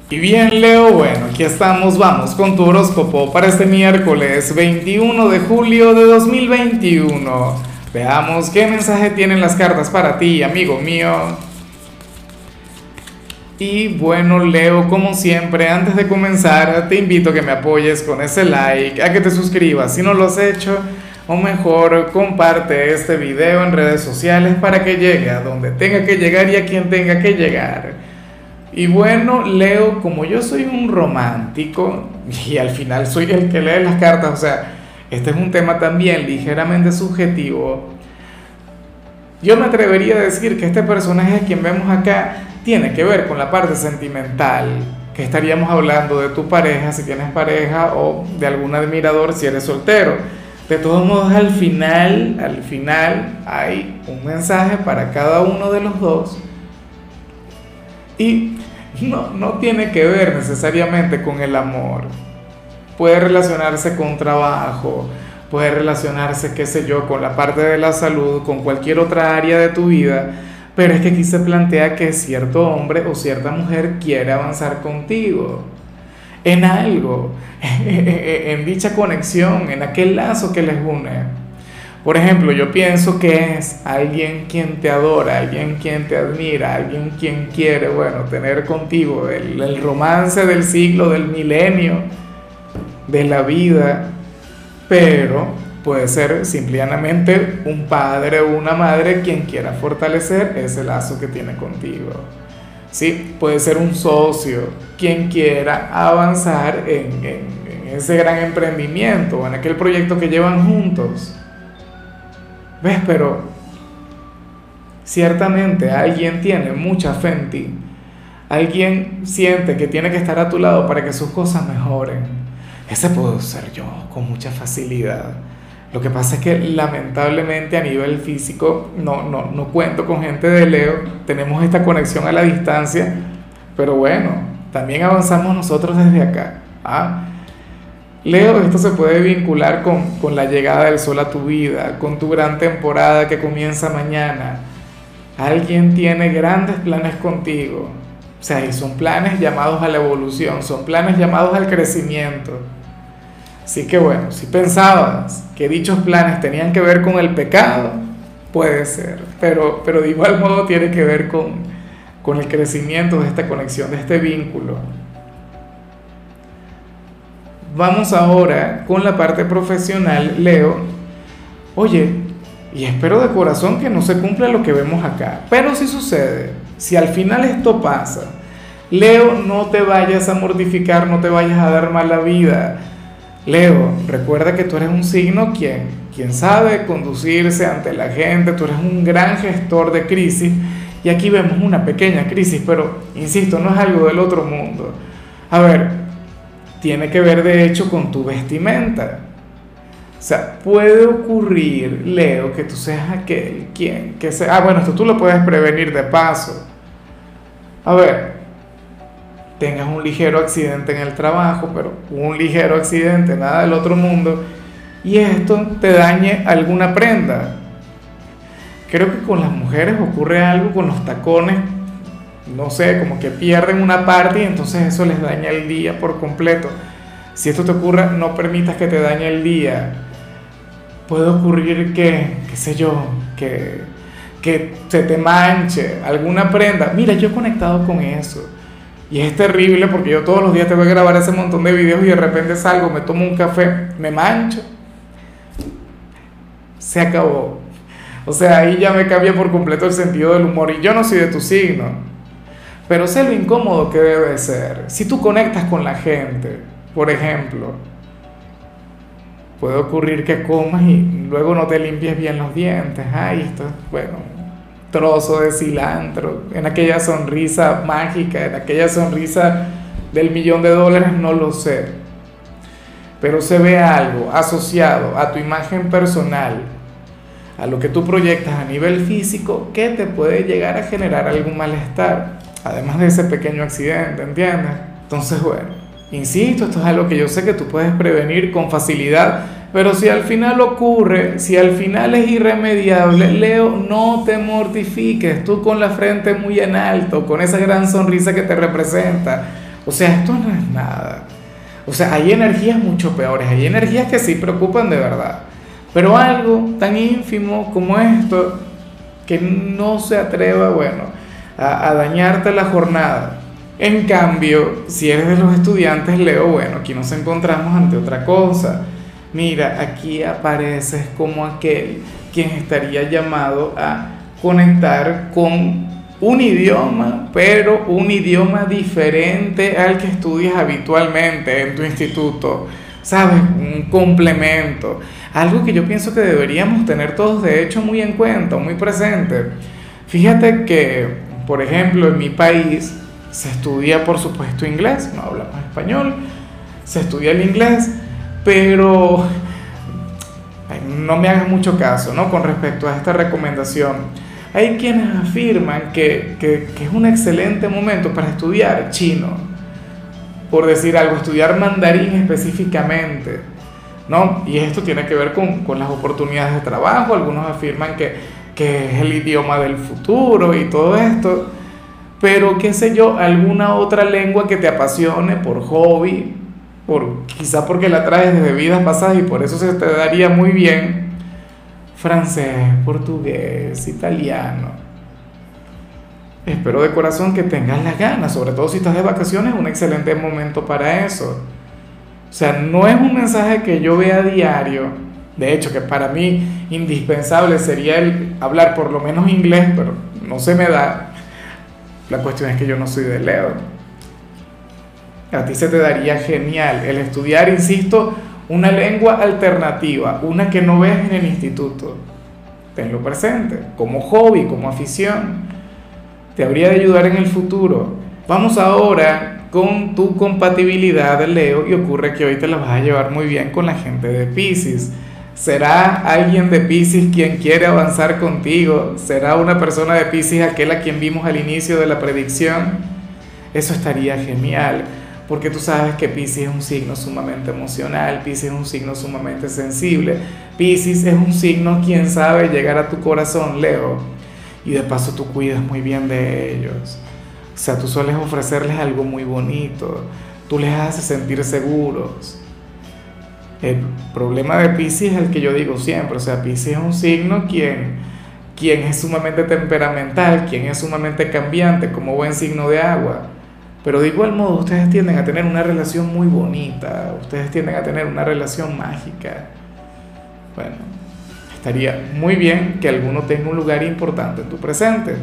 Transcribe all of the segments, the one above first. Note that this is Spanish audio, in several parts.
Y bien, Leo, bueno, aquí estamos, vamos con tu horóscopo para este miércoles 21 de julio de 2021. Veamos qué mensaje tienen las cartas para ti, amigo mío. Y bueno, Leo, como siempre, antes de comenzar, te invito a que me apoyes con ese like, a que te suscribas si no lo has hecho, o mejor, comparte este video en redes sociales para que llegue a donde tenga que llegar y a quien tenga que llegar. Y bueno, Leo, como yo soy un romántico y al final soy el que lee las cartas, o sea, este es un tema también ligeramente subjetivo. Yo me atrevería a decir que este personaje quien vemos acá tiene que ver con la parte sentimental, que estaríamos hablando de tu pareja si tienes pareja o de algún admirador si eres soltero. De todos modos, al final hay un mensaje para cada uno de los dos y no tiene que ver necesariamente con el amor. Puede relacionarse con trabajo, puede relacionarse, qué sé yo, con la parte de la salud, con cualquier otra área de tu vida, pero es que aquí se plantea que cierto hombre o cierta mujer quiere avanzar contigo en algo, en dicha conexión, en aquel lazo que les une. Por ejemplo, yo pienso que es alguien quien te adora, alguien quien te admira, alguien quien quiere, bueno, tener contigo el romance del siglo, del milenio, de la vida, pero puede ser simplemente un padre o una madre quien quiera fortalecer ese lazo que tiene contigo. Sí, puede ser un socio quien quiera avanzar en ese gran emprendimiento o en aquel proyecto que llevan juntos. ¿Ves? Pero ciertamente alguien tiene mucha fe en ti. Alguien siente que tiene que estar a tu lado para que sus cosas mejoren. Ese puedo ser yo con mucha facilidad. Lo que pasa es que lamentablemente a nivel físico no cuento con gente de Leo. Tenemos esta conexión a la distancia. Pero bueno, también avanzamos nosotros desde acá. ¿Ah? Leo, esto se puede vincular con la llegada del sol a tu vida, con tu gran temporada que comienza mañana. Alguien tiene grandes planes contigo. O sea, y son planes llamados a la evolución, son planes llamados al crecimiento. Así que bueno, si pensabas que dichos planes tenían que ver con el pecado, puede ser, pero de igual modo tiene que ver con el crecimiento de esta conexión, de este vínculo. Vamos ahora con la parte profesional, Leo. Oye, y espero de corazón que no se cumpla lo que vemos acá, pero si sucede, si al final esto pasa, Leo, no te vayas a mortificar, no te vayas a dar mala vida. Leo, recuerda que tú eres un signo quien sabe conducirse ante la gente, tú eres un gran gestor de crisis, y aquí vemos una pequeña crisis, pero insisto, no es algo del otro mundo. A ver, tiene que ver de hecho con tu vestimenta. O sea, puede ocurrir, Leo, que tú seas aquel quien, que sea, bueno, esto tú lo puedes prevenir de paso. A ver, tengas un ligero accidente en el trabajo, pero un ligero accidente, nada del otro mundo, y esto te dañe alguna prenda. Creo que con las mujeres ocurre algo con los tacones, no sé, como que pierden una parte y entonces eso les daña el día por completo. Si esto te ocurre, no permitas que te dañe el día. Puede ocurrir que, qué sé yo, que se te manche alguna prenda. Mira, yo he conectado con eso. Y es terrible porque yo todos los días tengo que grabar ese montón de videos y de repente salgo, me tomo un café, me mancho. Se acabó. O sea, ahí ya me cambia por completo el sentido del humor. Y yo no soy de tu signo. Pero sé lo incómodo que debe ser. Si tú conectas con la gente, por ejemplo, puede ocurrir que comas y luego no te limpies bien los dientes. Ay, esto es, bueno, trozo de cilantro, en aquella sonrisa mágica, en aquella sonrisa del $1.000.000, no lo sé. Pero se ve algo asociado a tu imagen personal, a lo que tú proyectas a nivel físico, que te puede llegar a generar algún malestar, además de ese pequeño accidente, ¿entiendes? Entonces, bueno, insisto, esto es algo que yo sé que tú puedes prevenir con facilidad, pero si al final ocurre, si al final es irremediable, Leo, no te mortifiques, tú con la frente muy en alto, con esa gran sonrisa que te representa, O sea, esto no es nada. O sea, hay energías mucho peores, hay energías que sí preocupan de verdad. Pero algo tan ínfimo como esto, que no se atreva, bueno, a dañarte la jornada. En cambio, si eres de los estudiantes, Leo, bueno, aquí nos encontramos ante otra cosa. Mira, aquí apareces como aquel quien estaría llamado a conectar con un idioma, pero un idioma diferente al que estudias habitualmente en tu instituto. ¿Sabes? Un complemento. Algo que yo pienso que deberíamos tener todos, de hecho, muy en cuenta, muy presente. Fíjate que, por ejemplo, en mi país se estudia, por supuesto, inglés, no hablamos español, se estudia el inglés, pero ay, no me hagas mucho caso, ¿no? Con respecto a esta recomendación. Hay quienes afirman que es un excelente momento para estudiar chino, por decir algo, estudiar mandarín específicamente, ¿no? Y esto tiene que ver con las oportunidades de trabajo. Algunos afirman que es el idioma del futuro y todo esto, pero qué sé yo, alguna otra lengua que te apasione por hobby, quizá porque la traes desde vidas pasadas y por eso se te daría muy bien. Francés, portugués, italiano. Espero de corazón que tengas las ganas, sobre todo si estás de vacaciones, es un excelente momento para eso. O sea, no es un mensaje que yo vea a diario. De hecho, que para mí indispensable sería el hablar por lo menos inglés, pero no se me da. La cuestión es que yo no soy de Leo. A ti se te daría genial el estudiar, insisto, una lengua alternativa, una que no veas en el instituto. Tenlo presente, como hobby, como afición. Te habría de ayudar en el futuro. Vamos ahora con tu compatibilidad, Leo, y ocurre que hoy te la vas a llevar muy bien con la gente de Piscis. ¿Será alguien de Piscis quien quiere avanzar contigo? ¿Será una persona de Piscis aquel a quien vimos al inicio de la predicción? Eso estaría genial, porque tú sabes que Piscis es un signo sumamente emocional, Piscis es un signo sumamente sensible, Piscis es un signo quien sabe llegar a tu corazón, Leo, y de paso tú cuidas muy bien de ellos. O sea, tú sueles ofrecerles algo muy bonito, tú les haces sentir seguros. El problema de Piscis es el que yo digo siempre, o sea, Piscis es un signo quien es sumamente temperamental, quien es sumamente cambiante, como buen signo de agua. Pero de igual modo, ustedes tienden a tener una relación muy bonita, ustedes tienden a tener una relación mágica. Bueno, estaría muy bien que alguno tenga un lugar importante en tu presente.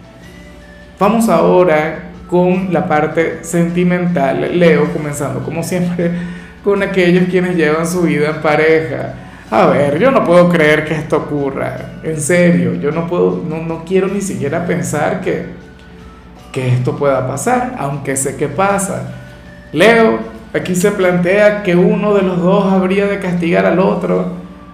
Vamos ahora con la parte sentimental, Leo, comenzando como siempre con aquellos quienes llevan su vida en pareja. A ver, yo no puedo creer que esto ocurra, en serio, yo no puedo, no quiero ni siquiera pensar que esto pueda pasar, aunque sé que pasa. Leo, aquí se plantea que uno de los dos habría de castigar al otro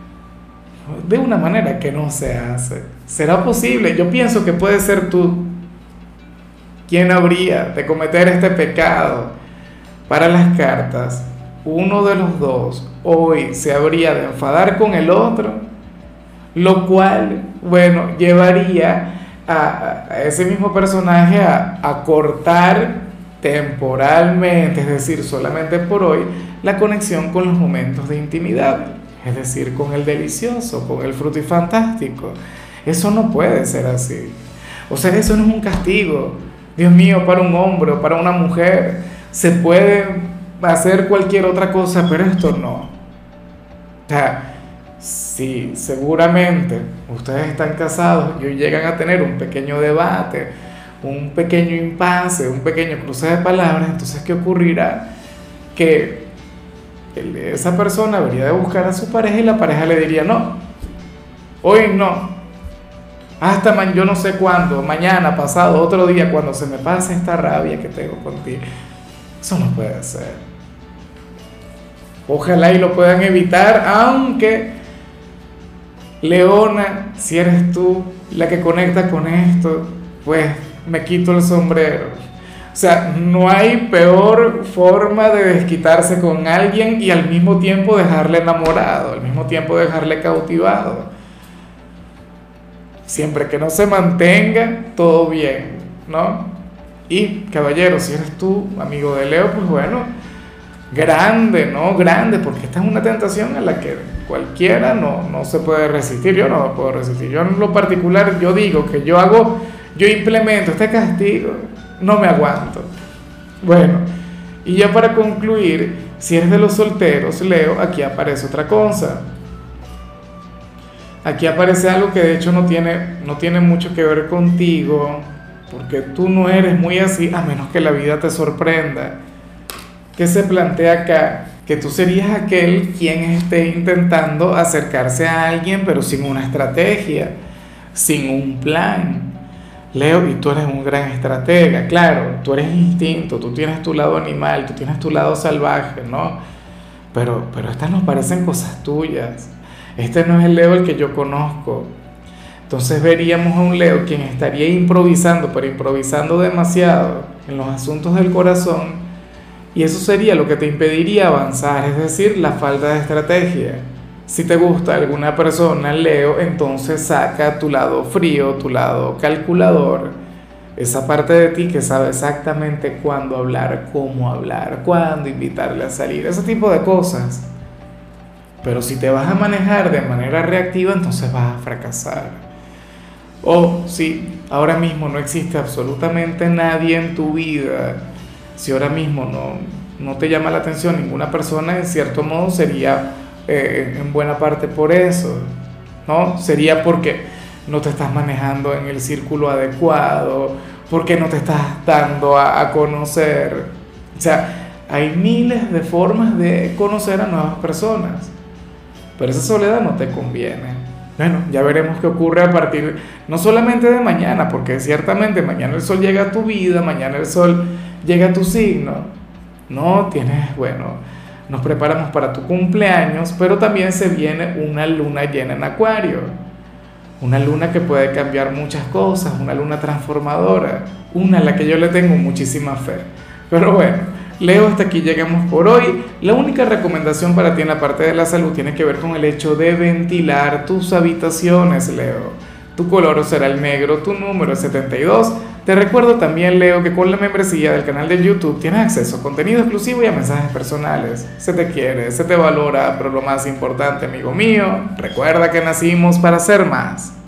de una manera que no se hace. ¿Será posible? Yo pienso que puede ser tú quien habría de cometer este pecado. Para las cartas, uno de los dos hoy se habría de enfadar con el otro, lo cual, bueno, llevaría a ese mismo personaje a cortar temporalmente, es decir, solamente por hoy, la conexión con los momentos de intimidad, es decir, con el delicioso, con el frutifantástico. Eso no puede ser así. O sea, eso no es un castigo. Dios mío, para un hombre o para una mujer se puede hacer cualquier otra cosa, pero esto no. O sea, sí, seguramente ustedes están casados y hoy llegan a tener un pequeño debate, un pequeño impasse, un pequeño cruce de palabras. Entonces, ¿qué ocurrirá? Que esa persona habría de buscar a su pareja y la pareja le diría, no, hoy no, hasta yo no sé cuándo, mañana, pasado, otro día, cuando se me pase esta rabia que tengo contigo. Eso no puede ser. Ojalá y lo puedan evitar, aunque, Leona, si eres tú la que conecta con esto, pues me quito el sombrero. O sea, no hay peor forma de desquitarse con alguien y al mismo tiempo dejarle enamorado, al mismo tiempo dejarle cautivado. Siempre que no se mantenga todo bien, ¿no? Y caballero, si eres tú, amigo de Leo, pues bueno, grande, ¿no? Grande, porque esta es una tentación a la que cualquiera no se puede resistir. Yo no me puedo resistir. Yo en lo particular, yo digo que yo implemento este castigo, no me aguanto. Bueno, y ya para concluir, si eres de los solteros, Leo, aquí aparece otra cosa. Aquí aparece algo que de hecho no tiene mucho que ver contigo, porque tú no eres muy así, a menos que la vida te sorprenda. ¿Qué se plantea acá? Que tú serías aquel quien esté intentando acercarse a alguien, pero sin una estrategia, sin un plan. Leo, y tú eres un gran estratega, claro, tú eres instinto, tú tienes tu lado animal, tú tienes tu lado salvaje, ¿no? Pero estas nos parecen cosas tuyas. Este no es el Leo el que yo conozco. Entonces veríamos a un Leo quien estaría improvisando, pero improvisando demasiado en los asuntos del corazón, y eso sería lo que te impediría avanzar, es decir, la falta de estrategia. Si te gusta alguna persona, Leo, entonces saca tu lado frío, tu lado calculador, esa parte de ti que sabe exactamente cuándo hablar, cómo hablar, cuándo invitarle a salir, ese tipo de cosas. Pero si te vas a manejar de manera reactiva, entonces vas a fracasar. O si ahora mismo no existe absolutamente nadie en tu vida, si ahora mismo no te llama la atención ninguna persona, en cierto modo sería en buena parte por eso, ¿no? Sería porque no te estás manejando en el círculo adecuado, porque no te estás dando a conocer. O sea, hay miles de formas de conocer a nuevas personas, pero esa soledad no te conviene. Bueno, ya veremos qué ocurre a partir, no solamente de mañana, porque ciertamente mañana el sol llega a tu vida, mañana el sol llega a tu signo, no tienes, bueno, nos preparamos para tu cumpleaños, pero también se viene una luna llena en Acuario, una luna que puede cambiar muchas cosas, una luna transformadora, una a la que yo le tengo muchísima fe. Pero bueno, Leo, hasta aquí llegamos por hoy. La única recomendación para ti en la parte de la salud tiene que ver con el hecho de ventilar tus habitaciones, Leo. Tu color será el negro, tu número es 72. Te recuerdo también, Leo, que con la membresía del canal de YouTube tienes acceso a contenido exclusivo y a mensajes personales. Se te quiere, se te valora, pero lo más importante, amigo mío, recuerda que nacimos para ser más.